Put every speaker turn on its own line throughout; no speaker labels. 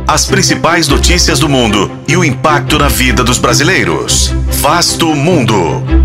As principais notícias do mundo e o impacto na vida dos brasileiros. Vasto Mundo.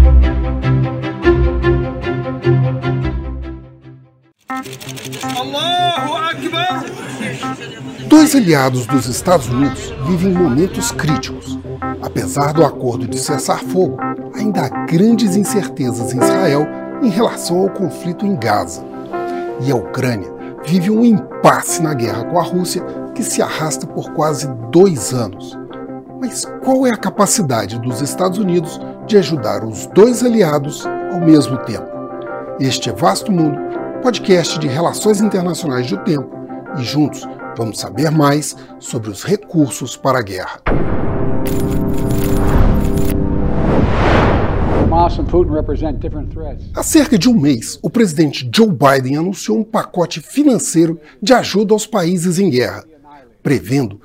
Allahu Akbar!
Dois aliados dos Estados Unidos vivem momentos críticos. Apesar do acordo de cessar-fogo, ainda há grandes incertezas em Israel em relação ao conflito em Gaza. E a Ucrânia vive um impasse na guerra com a Rússia que se arrasta por quase 2 anos. Mas qual é a capacidade dos Estados Unidos de ajudar os dois aliados ao mesmo tempo? Este é Vasto Mundo, podcast de relações internacionais do tempo, e juntos vamos saber mais sobre os recursos para a guerra. Há cerca de um mês, o presidente Joe Biden anunciou um pacote financeiro de ajuda aos países em guerra, prevendo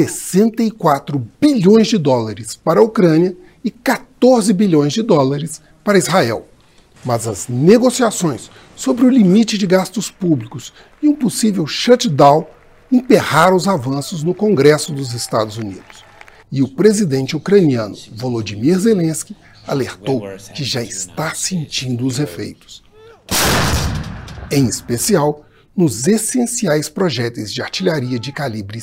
64 bilhões de dólares para a Ucrânia e 14 bilhões de dólares para Israel. Mas as negociações sobre o limite de gastos públicos e um possível shutdown emperraram os avanços no Congresso dos Estados Unidos. E o presidente ucraniano Volodymyr Zelensky alertou que já está sentindo os efeitos. Em especial, nos essenciais projéteis de artilharia de calibre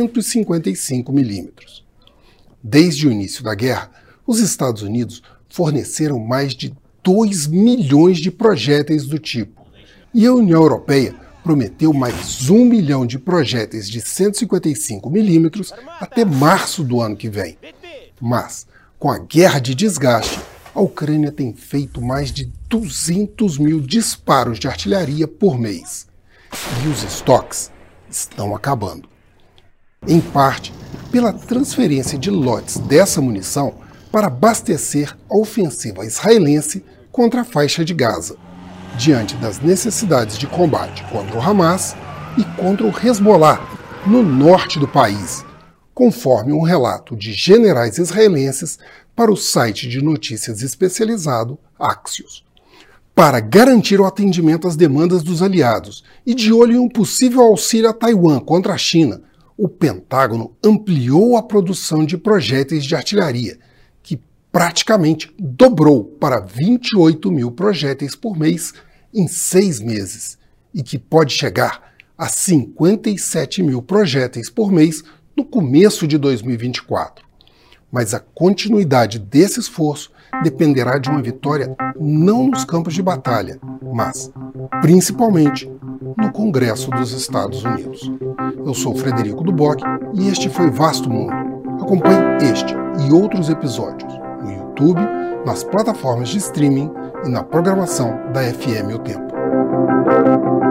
155 mm. Desde o início da guerra, os Estados Unidos forneceram mais de 2 milhões de projéteis do tipo, e a União Europeia prometeu mais 1 milhão de projéteis de 155 mm até março do ano que vem. Mas, com a guerra de desgaste, a Ucrânia tem feito mais de 200 mil disparos de artilharia por mês. E os estoques estão acabando. Em parte, pela transferência de lotes dessa munição para abastecer a ofensiva israelense contra a faixa de Gaza, diante das necessidades de combate contra o Hamas e contra o Hezbollah, no norte do país, conforme um relato de generais israelenses para o site de notícias especializado Axios. Para garantir o atendimento às demandas dos aliados e de olho em um possível auxílio a Taiwan contra a China, o Pentágono ampliou a produção de projéteis de artilharia, que praticamente dobrou para 28 mil projéteis por mês em 6 meses, e que pode chegar a 57 mil projéteis por mês no começo de 2024. Mas a continuidade desse esforço dependerá de uma vitória não nos campos de batalha, mas, principalmente, no Congresso dos Estados Unidos. Eu sou Frederico Duboc e este foi Vasto Mundo. Acompanhe este e outros episódios no YouTube, nas plataformas de streaming e na programação da FM O Tempo.